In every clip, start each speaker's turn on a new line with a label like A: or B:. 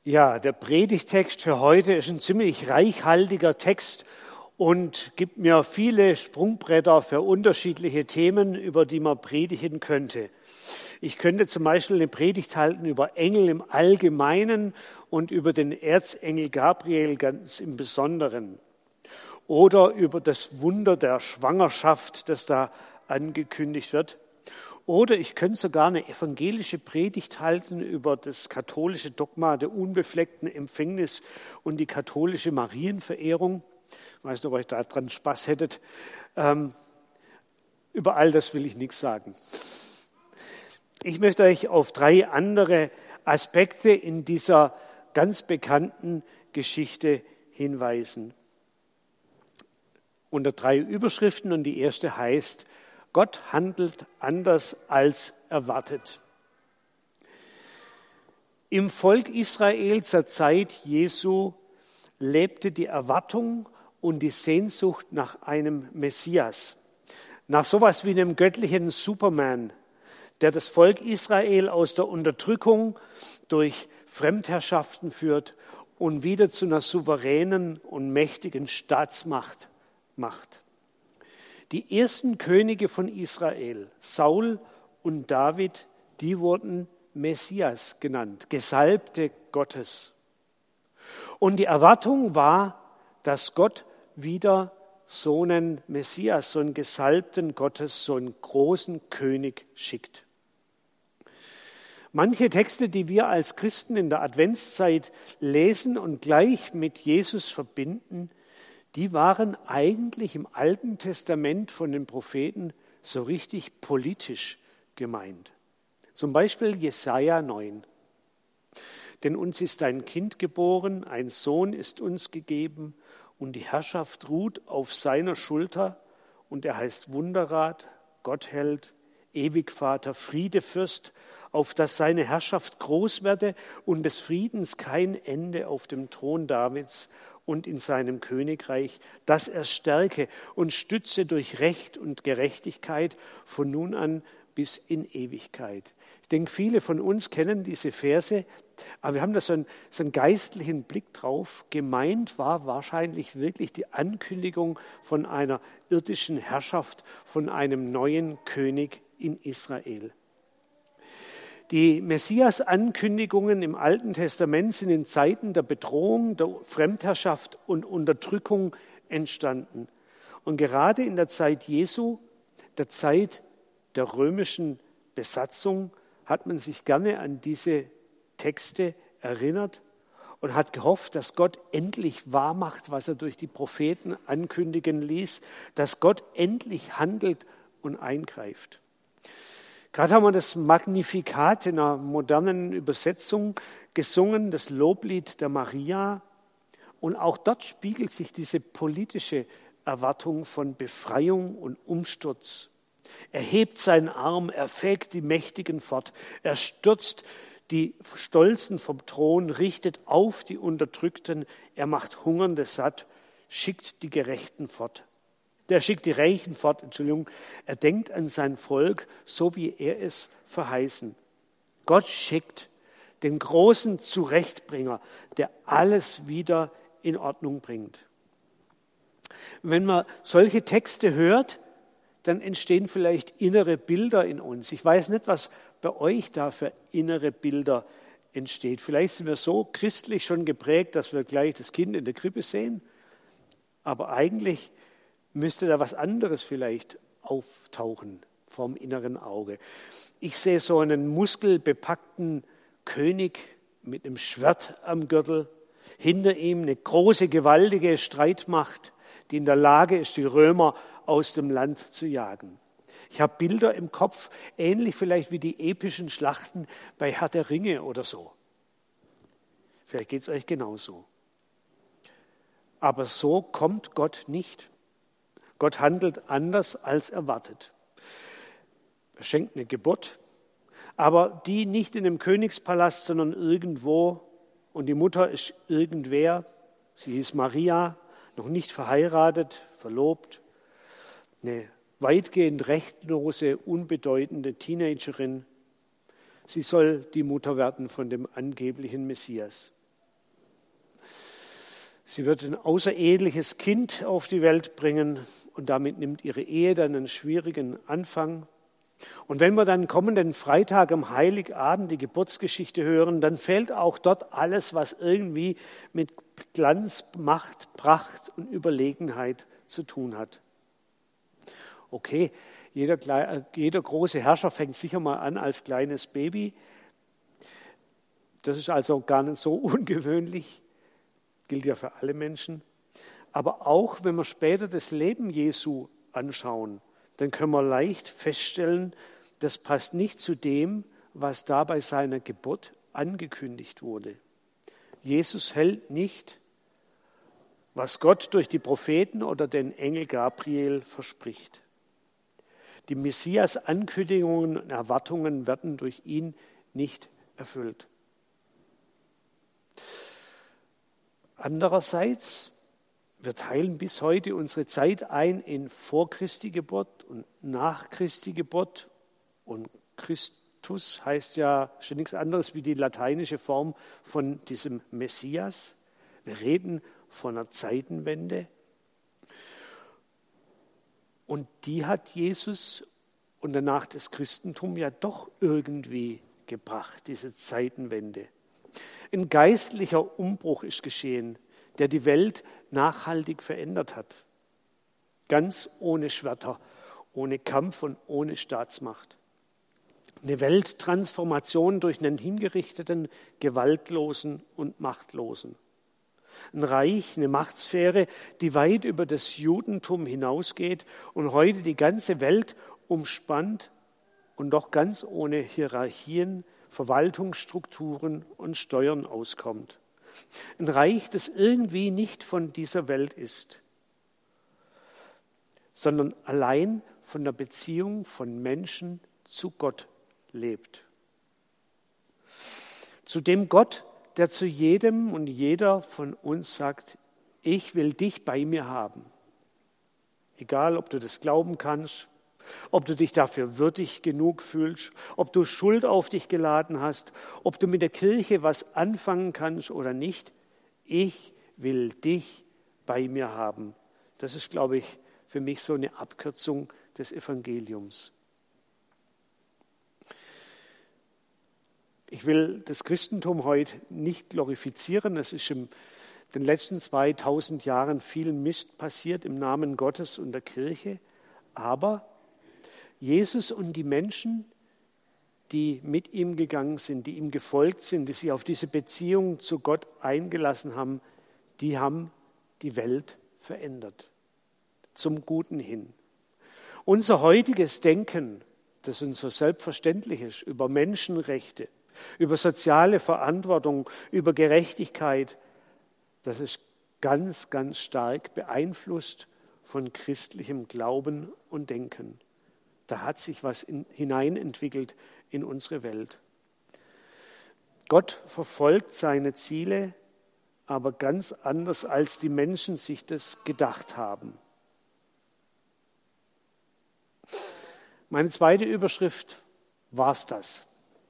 A: Ja, der Predigtext für heute ist ein ziemlich reichhaltiger Text und gibt mir viele Sprungbretter für unterschiedliche Themen, über die man predigen könnte. Ich könnte zum Beispiel eine Predigt halten über Engel im Allgemeinen und über den Erzengel Gabriel ganz im Besonderen. Oder über das Wunder der Schwangerschaft, das da angekündigt wird. Oder ich könnte sogar eine evangelische Predigt halten über das katholische Dogma der unbefleckten Empfängnis und die katholische Marienverehrung. Ich weiß nicht, ob euch da dran Spaß hättet. Über all das will ich nichts sagen. Ich möchte euch auf 3 andere Aspekte in dieser ganz bekannten Geschichte hinweisen. Unter 3 Überschriften, und die erste heißt: Gott handelt anders als erwartet. Im Volk Israel zur Zeit Jesu lebte die Erwartung und die Sehnsucht nach einem Messias, nach sowas wie einem göttlichen Superman, der das Volk Israel aus der Unterdrückung durch Fremdherrschaften führt und wieder zu einer souveränen und mächtigen Staatsmacht macht. Die ersten Könige von Israel, Saul und David, die wurden Messias genannt, Gesalbte Gottes. Und die Erwartung war, dass Gott wieder so einen Messias, so einen Gesalbten Gottes, so einen großen König schickt. Manche Texte, die wir als Christen in der Adventszeit lesen und gleich mit Jesus verbinden, die waren eigentlich im Alten Testament von den Propheten so richtig politisch gemeint. Zum Beispiel Jesaja 9. Denn uns ist ein Kind geboren, ein Sohn ist uns gegeben und die Herrschaft ruht auf seiner Schulter und er heißt Wunderrat, Gottheld, Ewigvater, Friedefürst, auf dass seine Herrschaft groß werde und des Friedens kein Ende auf dem Thron Davids und in seinem Königreich, dass er stärke und stütze durch Recht und Gerechtigkeit von nun an bis in Ewigkeit. Ich denke, viele von uns kennen diese Verse, aber wir haben da so einen geistlichen Blick drauf. Gemeint war wahrscheinlich wirklich die Ankündigung von einer irdischen Herrschaft, von einem neuen König in Israel. Die Messias-Ankündigungen im Alten Testament sind in Zeiten der Bedrohung, der Fremdherrschaft und Unterdrückung entstanden. Und gerade in der Zeit Jesu, der Zeit der römischen Besatzung, hat man sich gerne an diese Texte erinnert und hat gehofft, dass Gott endlich wahrmacht, was er durch die Propheten ankündigen ließ, dass Gott endlich handelt und eingreift. Gerade haben wir das Magnificat in einer modernen Übersetzung gesungen, das Loblied der Maria. Und auch dort spiegelt sich diese politische Erwartung von Befreiung und Umsturz. Er hebt seinen Arm, er fegt die Mächtigen fort, er stürzt die Stolzen vom Thron, richtet auf die Unterdrückten, er macht Hungernde satt, schickt die Gerechten fort. Der schickt die Reichen fort, er denkt an sein Volk, so wie er es verheißen. Gott schickt den großen Zurechtbringer, der alles wieder in Ordnung bringt. Wenn man solche Texte hört, dann entstehen vielleicht innere Bilder in uns. Ich weiß nicht, was bei euch da für innere Bilder entsteht. Vielleicht sind wir so christlich schon geprägt, dass wir gleich das Kind in der Krippe sehen, aber eigentlich müsste da was anderes vielleicht auftauchen vom inneren Auge. Ich sehe so einen muskelbepackten König mit einem Schwert am Gürtel, hinter ihm eine große, gewaltige Streitmacht, die in der Lage ist, die Römer aus dem Land zu jagen. Ich habe Bilder im Kopf, ähnlich vielleicht wie die epischen Schlachten bei Herr der Ringe oder so. Vielleicht geht es euch genauso. Aber so kommt Gott nicht. Gott handelt anders als erwartet. Er schenkt eine Geburt, aber die nicht in einem Königspalast, sondern irgendwo. Und die Mutter ist irgendwer. Sie hieß Maria, noch nicht verheiratet, verlobt. Eine weitgehend rechtlose, unbedeutende Teenagerin. Sie soll die Mutter werden von dem angeblichen Messias. Sie wird ein außereheliches Kind auf die Welt bringen und damit nimmt ihre Ehe dann einen schwierigen Anfang. Und wenn wir dann kommenden Freitag am Heiligabend die Geburtsgeschichte hören, dann fehlt auch dort alles, was irgendwie mit Glanz, Macht, Pracht und Überlegenheit zu tun hat. Okay, jeder große Herrscher fängt sicher mal an als kleines Baby. Das ist also gar nicht so ungewöhnlich, gilt ja für alle Menschen. Aber auch wenn wir später das Leben Jesu anschauen, dann können wir leicht feststellen, das passt nicht zu dem, was da bei seiner Geburt angekündigt wurde. Jesus hält nicht, was Gott durch die Propheten oder den Engel Gabriel verspricht. Die Messias-Ankündigungen und Erwartungen werden durch ihn nicht erfüllt. Andererseits, wir teilen bis heute unsere Zeit ein in vor Christi Geburt und nach Christi Geburt. Und Christus heißt ja schon nichts anderes wie die lateinische Form von diesem Messias. Wir reden von einer Zeitenwende. Und die hat Jesus und danach das Christentum ja doch irgendwie gebracht, diese Zeitenwende. Ein geistlicher Umbruch ist geschehen, der die Welt nachhaltig verändert hat. Ganz ohne Schwerter, ohne Kampf und ohne Staatsmacht. Eine Welttransformation durch einen hingerichteten, gewaltlosen und machtlosen. Ein Reich, eine Machtsphäre, die weit über das Judentum hinausgeht und heute die ganze Welt umspannt und doch ganz ohne Hierarchien, Verwaltungsstrukturen und Steuern auskommt. Ein Reich, das irgendwie nicht von dieser Welt ist, sondern allein von der Beziehung von Menschen zu Gott lebt. Zu dem Gott, der zu jedem und jeder von uns sagt, ich will dich bei mir haben. Egal, ob du das glauben kannst, ob du dich dafür würdig genug fühlst, ob du Schuld auf dich geladen hast, ob du mit der Kirche was anfangen kannst oder nicht. Ich will dich bei mir haben. Das ist, glaube ich, für mich so eine Abkürzung des Evangeliums. Ich will das Christentum heute nicht glorifizieren. Es ist in den letzten 2000 Jahren viel Mist passiert im Namen Gottes und der Kirche. Aber Jesus und die Menschen, die mit ihm gegangen sind, die ihm gefolgt sind, die sich auf diese Beziehung zu Gott eingelassen haben, die haben die Welt verändert. Zum Guten hin. Unser heutiges Denken, das uns so selbstverständlich ist, über Menschenrechte, über soziale Verantwortung, über Gerechtigkeit, das ist ganz, ganz stark beeinflusst von christlichem Glauben und Denken. Da hat sich was hineinentwickelt in unsere Welt. Gott verfolgt seine Ziele, aber ganz anders, als die Menschen sich das gedacht haben. Meine zweite Überschrift war's das.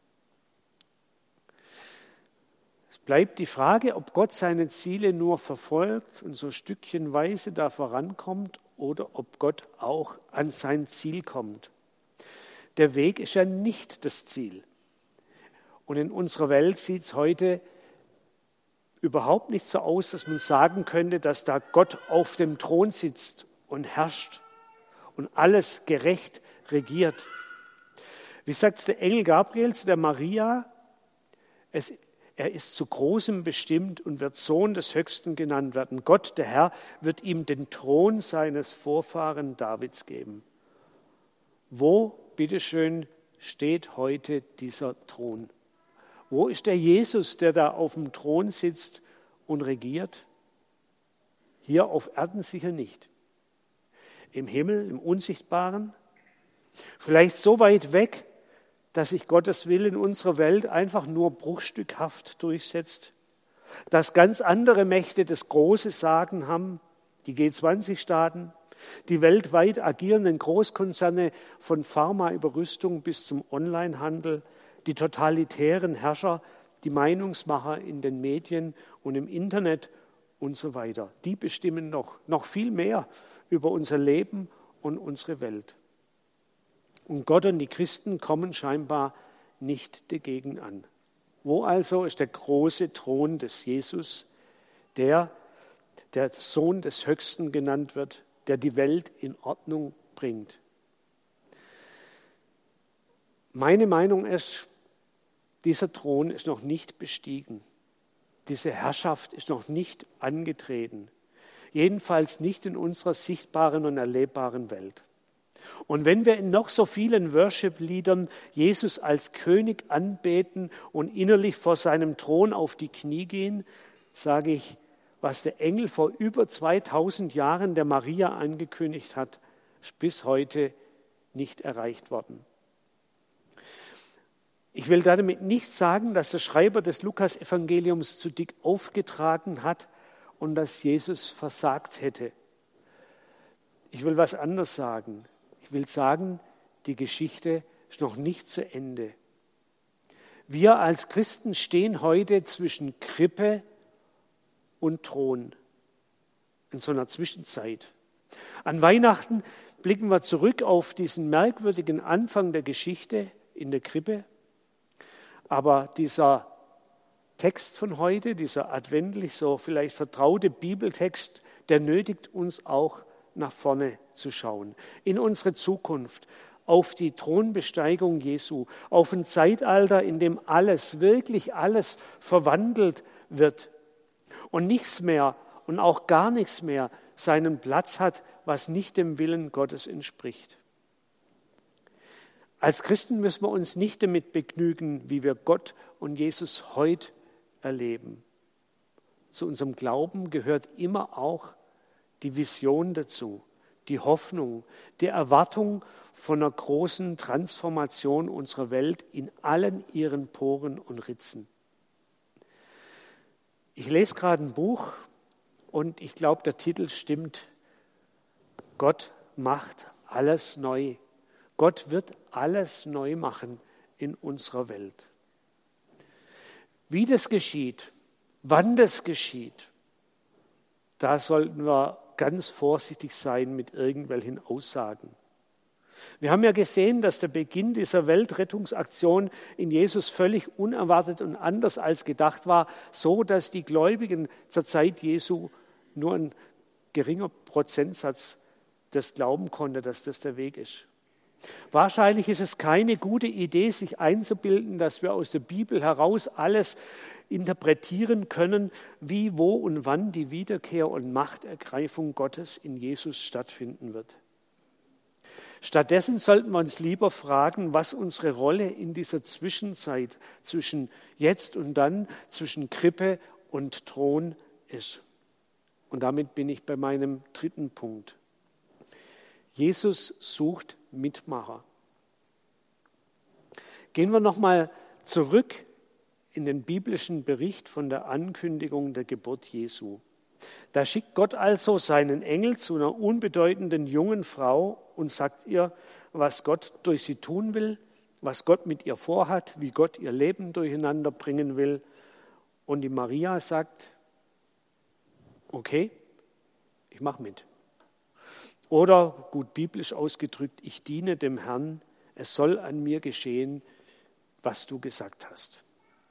A: Es bleibt die Frage, ob Gott seine Ziele nur verfolgt und so stückchenweise da vorankommt oder ob Gott auch an sein Ziel kommt. Der Weg ist ja nicht das Ziel. Und in unserer Welt sieht es heute überhaupt nicht so aus, dass man sagen könnte, dass da Gott auf dem Thron sitzt und herrscht und alles gerecht regiert. Wie sagt es der Engel Gabriel zu der Maria? Er ist zu Großem bestimmt und wird Sohn des Höchsten genannt werden. Gott, der Herr, wird ihm den Thron seines Vorfahren Davids geben. Wo, bitteschön, steht heute dieser Thron? Wo ist der Jesus, der da auf dem Thron sitzt und regiert? Hier auf Erden sicher nicht. Im Himmel, im Unsichtbaren? Vielleicht so weit weg, dass sich Gottes Wille in unserer Welt einfach nur bruchstückhaft durchsetzt, dass ganz andere Mächte das große Sagen haben, die G20-Staaten, die weltweit agierenden Großkonzerne von Pharma über Rüstung bis zum Onlinehandel, die totalitären Herrscher, die Meinungsmacher in den Medien und im Internet und so weiter. Die bestimmen noch viel mehr über unser Leben und unsere Welt. Und Gott und die Christen kommen scheinbar nicht dagegen an. Wo also ist der große Thron des Jesus, der Sohn des Höchsten genannt wird, der die Welt in Ordnung bringt? Meine Meinung ist, dieser Thron ist noch nicht bestiegen. Diese Herrschaft ist noch nicht angetreten. Jedenfalls nicht in unserer sichtbaren und erlebbaren Welt. Und wenn wir in noch so vielen Worship-Liedern Jesus als König anbeten und innerlich vor seinem Thron auf die Knie gehen, sage ich, was der Engel vor über 2000 Jahren der Maria angekündigt hat, ist bis heute nicht erreicht worden. Ich will damit nicht sagen, dass der Schreiber des Lukas-Evangeliums zu dick aufgetragen hat und dass Jesus versagt hätte. Ich will was anderes sagen. Ich will sagen, die Geschichte ist noch nicht zu Ende. Wir als Christen stehen heute zwischen Krippe und Thron, in so einer Zwischenzeit. An Weihnachten blicken wir zurück auf diesen merkwürdigen Anfang der Geschichte in der Krippe. Aber dieser Text von heute, dieser adventlich so vielleicht vertraute Bibeltext, der nötigt uns auch nach vorne zu schauen, in unsere Zukunft, auf die Thronbesteigung Jesu, auf ein Zeitalter, in dem alles, wirklich alles verwandelt wird und nichts mehr und auch gar nichts mehr seinen Platz hat, was nicht dem Willen Gottes entspricht. Als Christen müssen wir uns nicht damit begnügen, wie wir Gott und Jesus heute erleben. Zu unserem Glauben gehört immer auch die Vision dazu, die Hoffnung, die Erwartung von einer großen Transformation unserer Welt in allen ihren Poren und Ritzen. Ich lese gerade ein Buch und ich glaube, der Titel stimmt. Gott macht alles neu. Gott wird alles neu machen in unserer Welt. Wie das geschieht, wann das geschieht, da sollten wir ganz vorsichtig sein mit irgendwelchen Aussagen. Wir haben ja gesehen, dass der Beginn dieser Weltrettungsaktion in Jesus völlig unerwartet und anders als gedacht war, so dass die Gläubigen zur Zeit Jesu nur ein geringer Prozentsatz das glauben konnte, dass das der Weg ist. Wahrscheinlich ist es keine gute Idee, sich einzubilden, dass wir aus der Bibel heraus alles interpretieren können, wie, wo und wann die Wiederkehr und Machtergreifung Gottes in Jesus stattfinden wird. Stattdessen sollten wir uns lieber fragen, was unsere Rolle in dieser Zwischenzeit zwischen jetzt und dann, zwischen Krippe und Thron ist. Und damit bin ich bei meinem dritten Punkt. Jesus sucht Mitmacher. Gehen wir nochmal zurück in den biblischen Bericht von der Ankündigung der Geburt Jesu. Da schickt Gott also seinen Engel zu einer unbedeutenden jungen Frau und sagt ihr, was Gott durch sie tun will, was Gott mit ihr vorhat, wie Gott ihr Leben durcheinander bringen will. Und die Maria sagt, okay, ich mache mit. Oder, gut biblisch ausgedrückt, ich diene dem Herrn, es soll an mir geschehen, was du gesagt hast.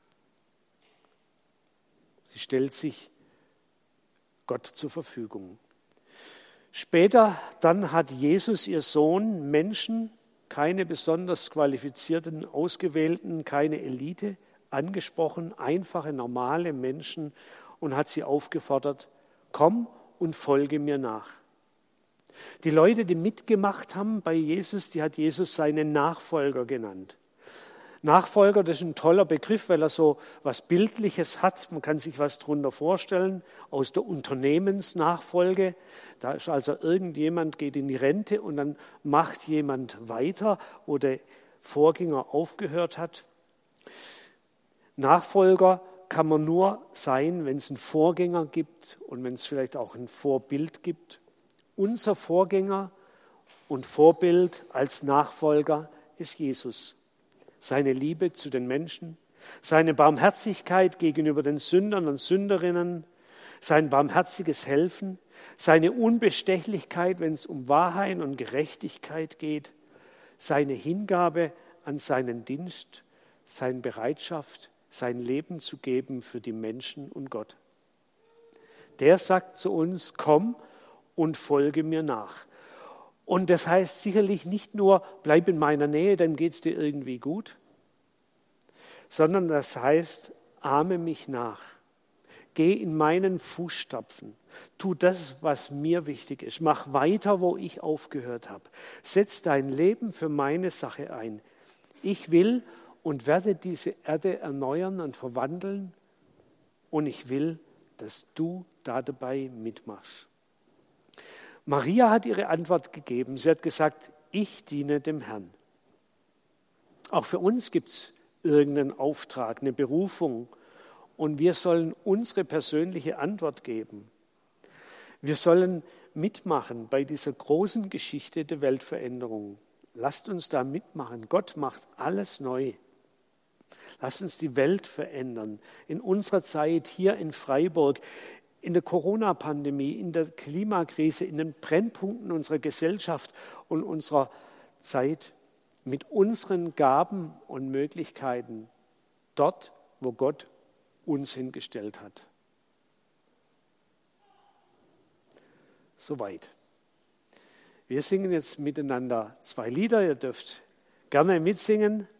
A: Sie stellt sich Gott zur Verfügung. Später dann hat Jesus, ihr Sohn, Menschen, keine besonders qualifizierten, ausgewählten, keine Elite, angesprochen, einfache, normale Menschen und hat sie aufgefordert, komm und folge mir nach. Die Leute, die mitgemacht haben bei Jesus, die hat Jesus seinen Nachfolger genannt. Nachfolger, das ist ein toller Begriff, weil er so was Bildliches hat. Man kann sich was darunter vorstellen aus der Unternehmensnachfolge. Da ist also irgendjemand, geht in die Rente und dann macht jemand weiter, wo der Vorgänger aufgehört hat. Nachfolger kann man nur sein, wenn es einen Vorgänger gibt und wenn es vielleicht auch ein Vorbild gibt. Unser Vorgänger und Vorbild als Nachfolger ist Jesus. Seine Liebe zu den Menschen, seine Barmherzigkeit gegenüber den Sündern und Sünderinnen, sein barmherziges Helfen, seine Unbestechlichkeit, wenn es um Wahrheit und Gerechtigkeit geht, seine Hingabe an seinen Dienst, seine Bereitschaft, sein Leben zu geben für die Menschen und Gott. Der sagt zu uns, komm und folge mir nach. Und das heißt sicherlich nicht nur, bleib in meiner Nähe, dann geht es dir irgendwie gut, sondern das heißt, ahme mich nach. Geh in meinen Fußstapfen. Tu das, was mir wichtig ist. Mach weiter, wo ich aufgehört habe. Setz dein Leben für meine Sache ein. Ich will und werde diese Erde erneuern und verwandeln. Und ich will, dass du da dabei mitmachst. Maria hat ihre Antwort gegeben. Sie hat gesagt, ich diene dem Herrn. Auch für uns gibt es irgendeinen Auftrag, eine Berufung. Und wir sollen unsere persönliche Antwort geben. Wir sollen mitmachen bei dieser großen Geschichte der Weltveränderung. Lasst uns da mitmachen. Gott macht alles neu. Lasst uns die Welt verändern. In unserer Zeit hier in Freiburg, in der Corona-Pandemie, in der Klimakrise, in den Brennpunkten unserer Gesellschaft und unserer Zeit mit unseren Gaben und Möglichkeiten dort, wo Gott uns hingestellt hat. Soweit. Wir singen jetzt miteinander 2 Lieder. Ihr dürft gerne mitsingen.